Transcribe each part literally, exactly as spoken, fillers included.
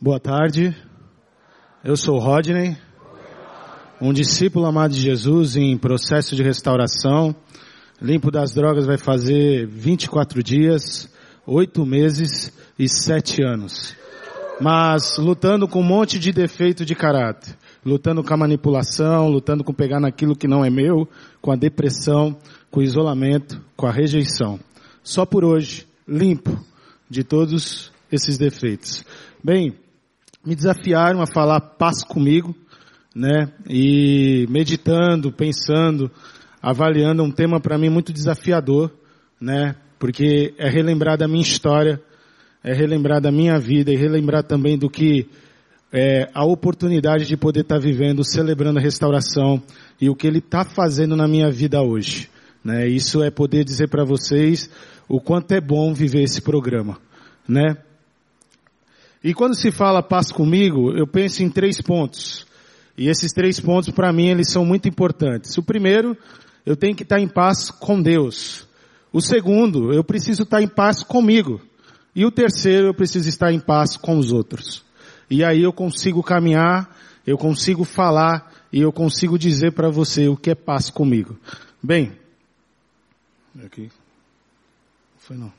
Boa tarde, eu sou Rodney, um discípulo amado de Jesus em processo de restauração, limpo das drogas vai fazer vinte e quatro dias, oito meses e sete anos, mas lutando com um monte de defeito de caráter, lutando com a manipulação, lutando com pegar naquilo que não é meu, com a depressão, com o isolamento, com a rejeição. Só por hoje, limpo de todos esses defeitos. Bem, me desafiaram a falar paz comigo, né? E meditando, pensando, avaliando um tema para mim muito desafiador, né? Porque é relembrar da minha história, é relembrar da minha vida e relembrar também do que é a oportunidade de poder estar vivendo, celebrando a restauração e o que Ele está fazendo na minha vida hoje, né? Isso é poder dizer para vocês o quanto é bom viver esse programa, né? E quando se fala paz comigo, eu penso em três pontos. E esses três pontos, para mim, eles são muito importantes. O primeiro, eu tenho que estar em paz com Deus. O segundo, eu preciso estar em paz comigo. E o terceiro, eu preciso estar em paz com os outros. E aí eu consigo caminhar, eu consigo falar e eu consigo dizer para você o que é paz comigo. Bem, aqui, foi não.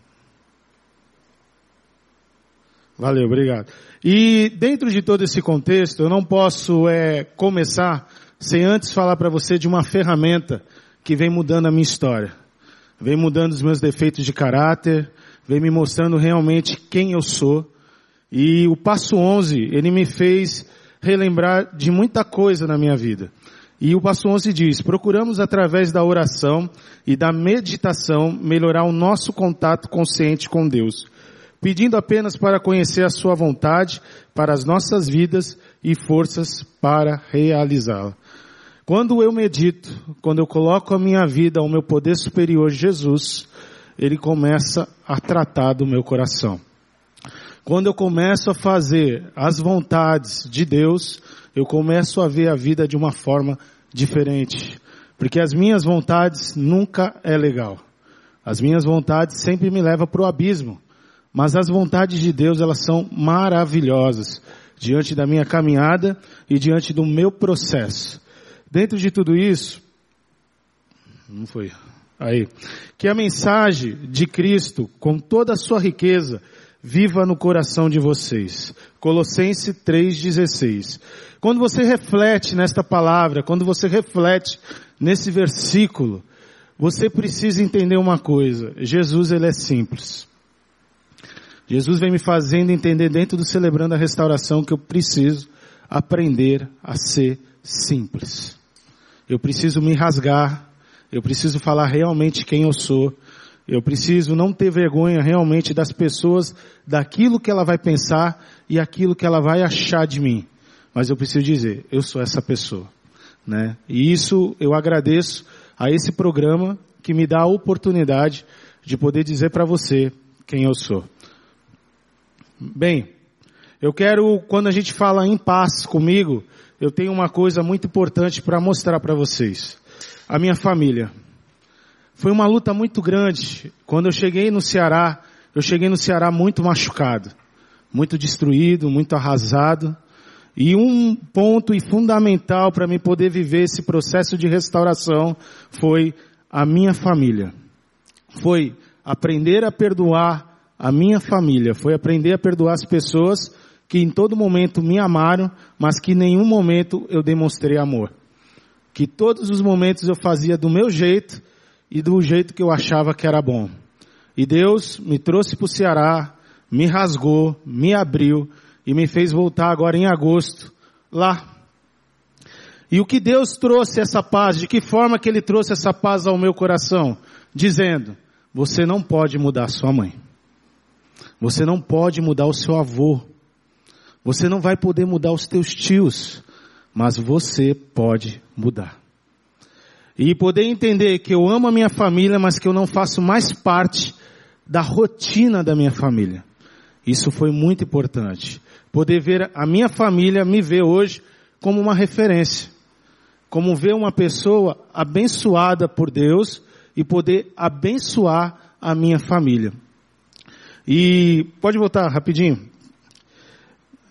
Valeu, obrigado. E dentro de todo esse contexto, eu não posso é, começar sem antes falar para você de uma ferramenta que vem mudando a minha história. Vem mudando os meus defeitos de caráter, vem me mostrando realmente quem eu sou. E o passo onze, ele me fez relembrar de muita coisa na minha vida. E o passo onze diz, procuramos através da oração e da meditação melhorar o nosso contato consciente com Deus, pedindo apenas para conhecer a sua vontade para as nossas vidas e forças para realizá-la. Quando eu medito, quando eu coloco a minha vida ao meu poder superior Jesus, Ele começa a tratar do meu coração. Quando eu começo a fazer as vontades de Deus, eu começo a ver a vida de uma forma diferente. Porque as minhas vontades nunca é legal. As minhas vontades sempre me levam para o abismo. Mas as vontades de Deus, elas são maravilhosas diante da minha caminhada e diante do meu processo. Dentro de tudo isso, não foi, aí, que a mensagem de Cristo, com toda a sua riqueza, viva no coração de vocês. Colossenses três, dezesseis. Quando você reflete nesta palavra, quando você reflete nesse versículo, você precisa entender uma coisa. Jesus, ele é simples. Jesus vem me fazendo entender dentro do Celebrando a Restauração que eu preciso aprender a ser simples. Eu preciso me rasgar, eu preciso falar realmente quem eu sou, eu preciso não ter vergonha realmente das pessoas, daquilo que ela vai pensar e aquilo que ela vai achar de mim. Mas eu preciso dizer, eu sou essa pessoa, né? E isso eu agradeço a esse programa que me dá a oportunidade de poder dizer para você quem eu sou. Bem, eu quero, quando a gente fala em paz comigo, eu tenho uma coisa muito importante para mostrar para vocês. A minha família. Foi uma luta muito grande. Quando eu cheguei no Ceará, eu cheguei no Ceará muito machucado, muito destruído, muito arrasado. E um ponto e fundamental para mim poder viver esse processo de restauração foi a minha família. Foi aprender a perdoar a minha família, foi aprender a perdoar as pessoas que em todo momento me amaram, mas que em nenhum momento eu demonstrei amor. Que todos os momentos eu fazia do meu jeito e do jeito que eu achava que era bom. E Deus me trouxe para o Ceará, me rasgou, me abriu e me fez voltar agora em agosto, lá. E o que Deus trouxe essa paz, de que forma que Ele trouxe essa paz ao meu coração? Dizendo, você não pode mudar sua mãe. Você não pode mudar o seu avô. Você não vai poder mudar os teus tios. Mas você pode mudar. E poder entender que eu amo a minha família, mas que eu não faço mais parte da rotina da minha família. Isso foi muito importante. Poder ver a minha família, me ver hoje como uma referência. Como ver uma pessoa abençoada por Deus e poder abençoar a minha família. E pode voltar rapidinho.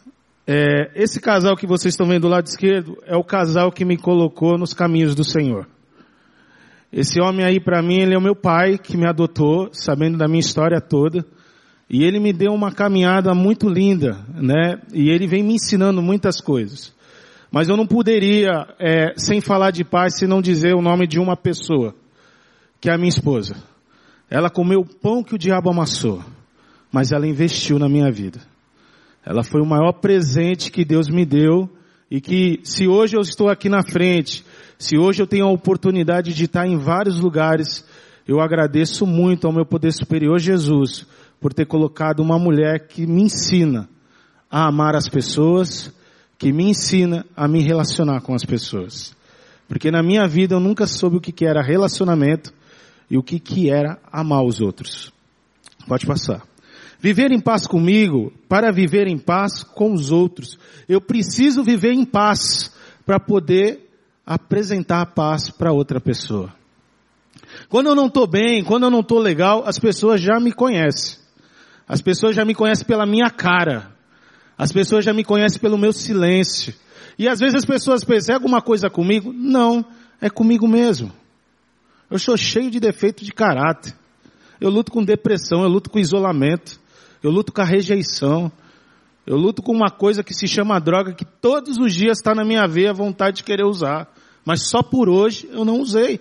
É, esse casal que vocês estão vendo do lado esquerdo é o casal que me colocou nos caminhos do Senhor. Esse homem aí, para mim, ele é o meu pai que me adotou, sabendo da minha história toda. E ele me deu uma caminhada muito linda, né? E ele vem me ensinando muitas coisas. Mas eu não poderia, é, sem falar de paz, se não dizer o nome de uma pessoa, que é a minha esposa. Ela comeu o pão que o diabo amassou, mas ela investiu na minha vida. Ela foi o maior presente que Deus me deu, e que se hoje eu estou aqui na frente, se hoje eu tenho a oportunidade de estar em vários lugares, eu agradeço muito ao meu poder superior Jesus, por ter colocado uma mulher que me ensina a amar as pessoas, que me ensina a me relacionar com as pessoas. Porque na minha vida eu nunca soube o que era relacionamento e o que era amar os outros. Pode passar. Viver em paz comigo, para viver em paz com os outros. Eu preciso viver em paz para poder apresentar a paz para outra pessoa. Quando eu não estou bem, quando eu não estou legal, as pessoas já me conhecem. As pessoas já me conhecem pela minha cara. As pessoas já me conhecem pelo meu silêncio. E às vezes as pessoas pensam, é alguma coisa comigo? Não, é comigo mesmo. Eu sou cheio de defeito de caráter. Eu luto com depressão, eu luto com isolamento. Eu luto com a rejeição. Eu luto com uma coisa que se chama droga, que todos os dias está na minha veia a vontade de querer usar. Mas só por hoje eu não usei.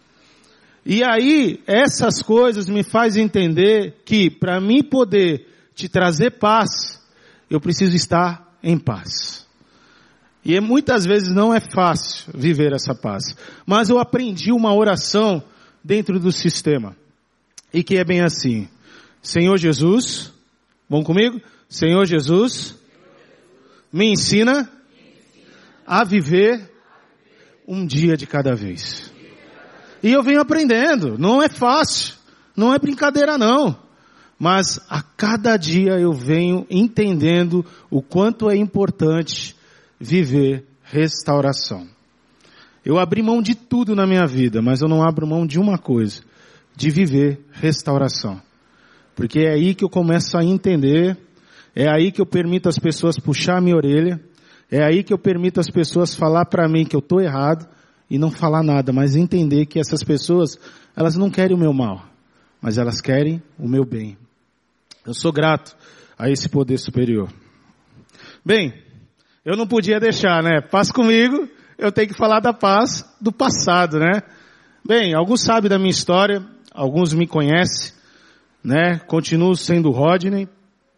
E aí, essas coisas me fazem entender que para mim poder te trazer paz, eu preciso estar em paz. E muitas vezes não é fácil viver essa paz. Mas eu aprendi uma oração dentro do sistema. E que é bem assim. Senhor Jesus, vamos comigo? Senhor Jesus, me ensina a viver um dia de cada vez. E eu venho aprendendo. Não é fácil. Não é brincadeira não. Mas a cada dia eu venho entendendo o quanto é importante viver restauração. Eu abri mão de tudo na minha vida, mas eu não abro mão de uma coisa, de viver restauração. Porque é aí que eu começo a entender, é aí que eu permito as pessoas puxar a minha orelha, é aí que eu permito as pessoas falar para mim que eu estou errado e não falar nada, mas entender que essas pessoas, elas não querem o meu mal, mas elas querem o meu bem. Eu sou grato a esse poder superior. Bem, eu não podia deixar, né? Paz comigo, eu tenho que falar da paz do passado, né? Bem, alguns sabem da minha história, alguns me conhecem, né? Continuo sendo Rodney.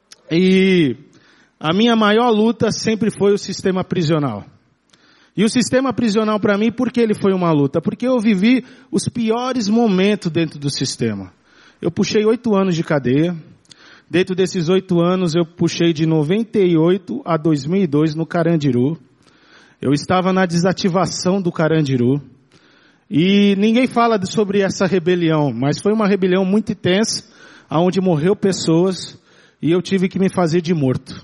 E a minha maior luta sempre foi o sistema prisional. E o sistema prisional para mim, por que ele foi uma luta? Porque eu vivi os piores momentos dentro do sistema. Eu puxei oito anos de cadeia. Dentro desses oito anos, eu puxei de noventa e oito a dois mil e dois no Carandiru. Eu estava na desativação do Carandiru. E ninguém fala sobre essa rebelião, mas foi uma rebelião muito intensa, onde morreu pessoas e eu tive que me fazer de morto.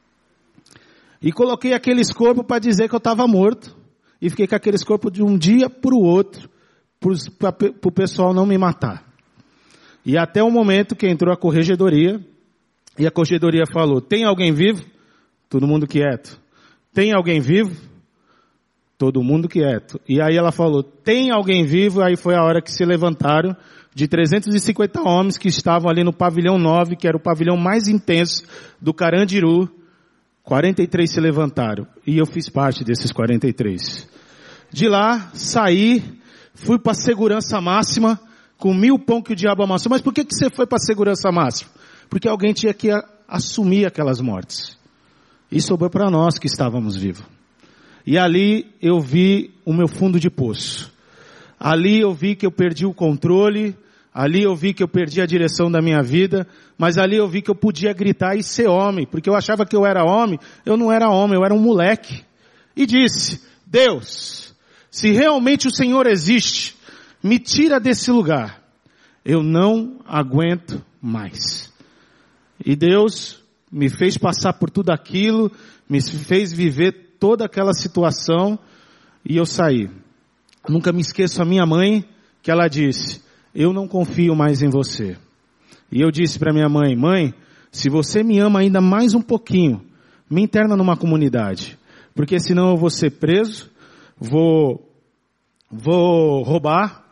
E coloquei aqueles corpos para dizer que eu estava morto. E fiquei com aqueles corpos de um dia para o outro, para o pessoal não me matar. E até o momento que entrou a corregedoria, e a corregedoria falou, tem alguém vivo? Todo mundo quieto. Tem alguém vivo? Todo mundo quieto. E aí ela falou, tem alguém vivo? Aí foi a hora que se levantaram de trezentos e cinquenta homens que estavam ali no pavilhão nove, que era o pavilhão mais intenso do Carandiru. quarenta e três se levantaram. E eu fiz parte desses quarenta e três. De lá, saí, fui para a segurança máxima, comi o pão que o diabo amassou. Mas por que que você foi para a segurança máxima? Porque alguém tinha que assumir aquelas mortes. E sobrou para nós que estávamos vivos. E ali eu vi o meu fundo de poço. Ali eu vi que eu perdi o controle. Ali eu vi que eu perdi a direção da minha vida. Mas ali eu vi que eu podia gritar e ser homem. Porque eu achava que eu era homem. Eu não era homem, eu era um moleque. E disse, Deus, se realmente o Senhor existe, me tira desse lugar. Eu não aguento mais. E Deus me fez passar por tudo aquilo, me fez viver toda aquela situação e eu saí. Nunca me esqueço a minha mãe, que ela disse, eu não confio mais em você. E eu disse para minha mãe, mãe, se você me ama ainda mais um pouquinho, me interna numa comunidade, porque senão eu vou ser preso, vou, vou roubar,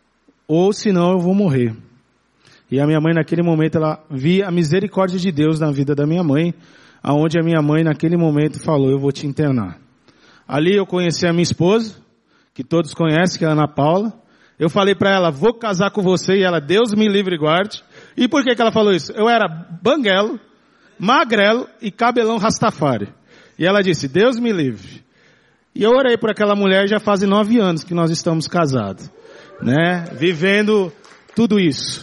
ou senão eu vou morrer. E a minha mãe naquele momento, ela via a misericórdia de Deus na vida da minha mãe, aonde a minha mãe naquele momento falou, eu vou te internar. Ali eu conheci a minha esposa, que todos conhecem, que é a Ana Paula. Eu falei para ela, vou casar com você, e ela, Deus me livre e guarde. E por que que ela falou isso? Eu era banguelo, magrelo e cabelão rastafari. E ela disse, Deus me livre. E eu orei por aquela mulher, já fazem nove anos que nós estamos casados, né? Vivendo tudo isso.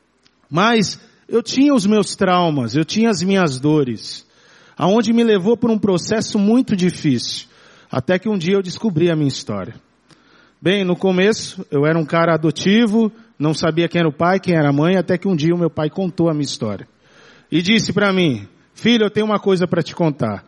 Mas eu tinha os meus traumas, eu tinha as minhas dores, aonde me levou por um processo muito difícil, até que um dia eu descobri a minha história. Bem, no começo eu era um cara adotivo, não sabia quem era o pai, quem era a mãe, até que um dia o meu pai contou a minha história. E disse para mim, filho, eu tenho uma coisa para te contar.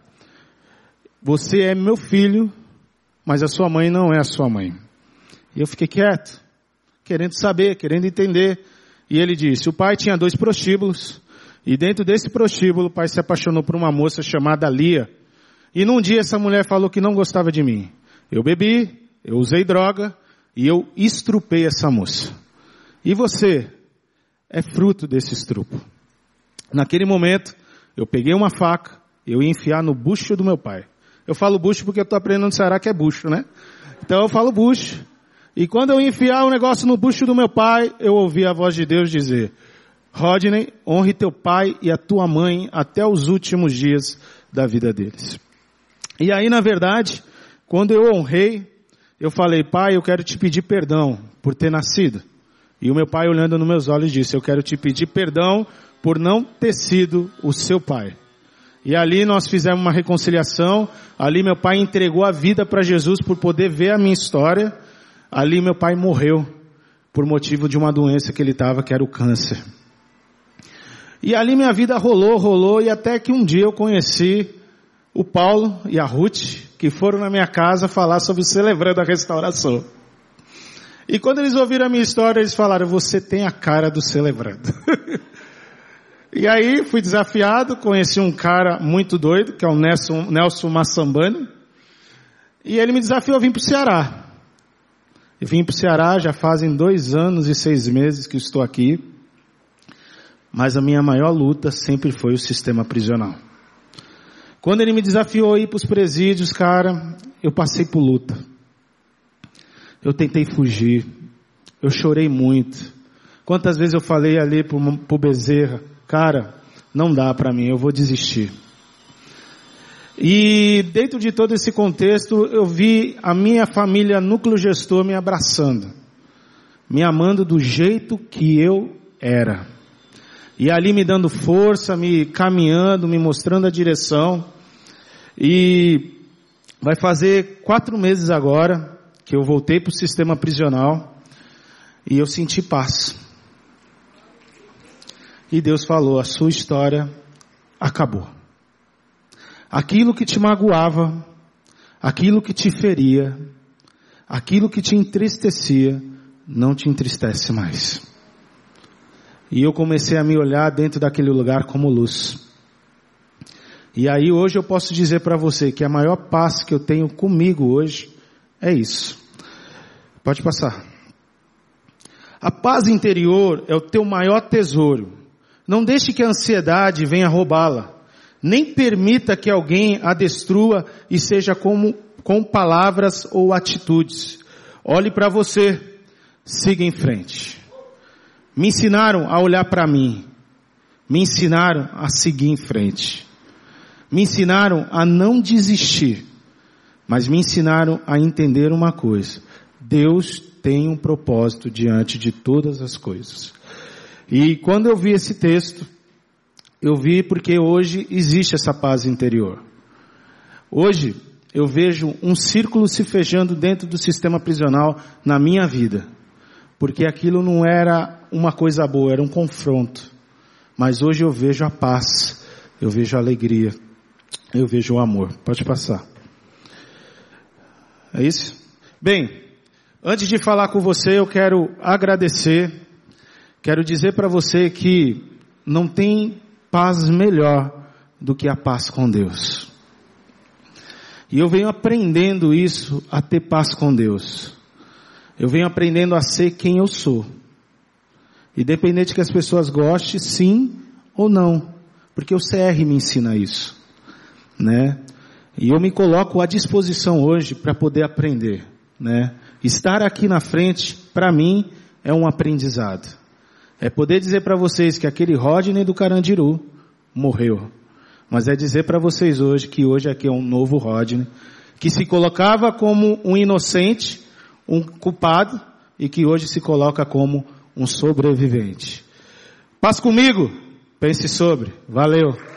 Você é meu filho, mas a sua mãe não é a sua mãe. E eu fiquei quieto, querendo saber, querendo entender. E ele disse, o pai tinha dois prostíbulos, e dentro desse prostíbulo o pai se apaixonou por uma moça chamada Lia. E num dia essa mulher falou que não gostava de mim. Eu bebi, eu usei droga, e eu estrupei essa moça. E você é fruto desse estrupo. Naquele momento, eu peguei uma faca, eu ia enfiar no bucho do meu pai. Eu falo bucho porque eu estou aprendendo no Ceará que é bucho, né? Então eu falo bucho. E quando eu enfiar o negócio no bucho do meu pai, eu ouvi a voz de Deus dizer, Rodney, honre teu pai e a tua mãe até os últimos dias da vida deles. E aí, na verdade, quando eu honrei, eu falei, pai, eu quero te pedir perdão por ter nascido. E o meu pai, olhando nos meus olhos, disse, eu quero te pedir perdão por não ter sido o seu pai. E ali nós fizemos uma reconciliação, ali meu pai entregou a vida para Jesus por poder ver a minha história. Ali meu pai morreu por motivo de uma doença que ele estava, que era o câncer. E ali minha vida rolou, rolou, e até que um dia eu conheci o Paulo e a Ruth, que foram na minha casa falar sobre celebrando a restauração. E quando eles ouviram a minha história, eles falaram, você tem a cara do celebrando. E aí fui desafiado, conheci um cara muito doido, que é o Nelson, Nelson Massambani, e ele me desafiou a vir para o Ceará. Eu vim para o Ceará, já fazem dois anos e seis meses que estou aqui, mas a minha maior luta sempre foi o sistema prisional. Quando ele me desafiou a ir para os presídios, cara, eu passei por luta. Eu tentei fugir, eu chorei muito. Quantas vezes eu falei ali para o Bezerra, cara, não dá para mim, eu vou desistir. E dentro de todo esse contexto, eu vi a minha família núcleo gestor me abraçando, me amando do jeito que eu era. E ali me dando força, me caminhando, me mostrando a direção. E vai fazer quatro meses agora que eu voltei para o sistema prisional e eu senti paz. E Deus falou, a sua história acabou. Aquilo que te magoava, aquilo que te feria, aquilo que te entristecia, não te entristece mais. E eu comecei a me olhar dentro daquele lugar como luz. E aí hoje eu posso dizer para você que a maior paz que eu tenho comigo hoje é isso. Pode passar. A paz interior é o teu maior tesouro. Não deixe que a ansiedade venha roubá-la. Nem permita que alguém a destrua e seja como, com palavras ou atitudes. Olhe para você, siga em frente. Me ensinaram a olhar para mim. Me ensinaram a seguir em frente. Me ensinaram a não desistir. Mas me ensinaram a entender uma coisa. Deus tem um propósito diante de todas as coisas. E quando eu vi esse texto, eu vi porque hoje existe essa paz interior. Hoje eu vejo um círculo se fechando dentro do sistema prisional na minha vida. Porque aquilo não era uma coisa boa, era um confronto. Mas hoje eu vejo a paz, eu vejo a alegria, eu vejo o amor. Pode passar. É isso? Bem, antes de falar com você, eu quero agradecer. Quero dizer para você que não tem paz melhor do que a paz com Deus. E eu venho aprendendo isso, a ter paz com Deus. Eu venho aprendendo a ser quem eu sou. Independente que as pessoas gostem, sim ou não. Porque o C R me ensina isso, né? E eu me coloco à disposição hoje para poder aprender, né? Estar aqui na frente, para mim, é um aprendizado. É poder dizer para vocês que aquele Rodney do Carandiru morreu. Mas é dizer para vocês hoje que hoje aqui é um novo Rodney, que se colocava como um inocente, um culpado, e que hoje se coloca como um sobrevivente. Paz comigo, pense sobre. Valeu.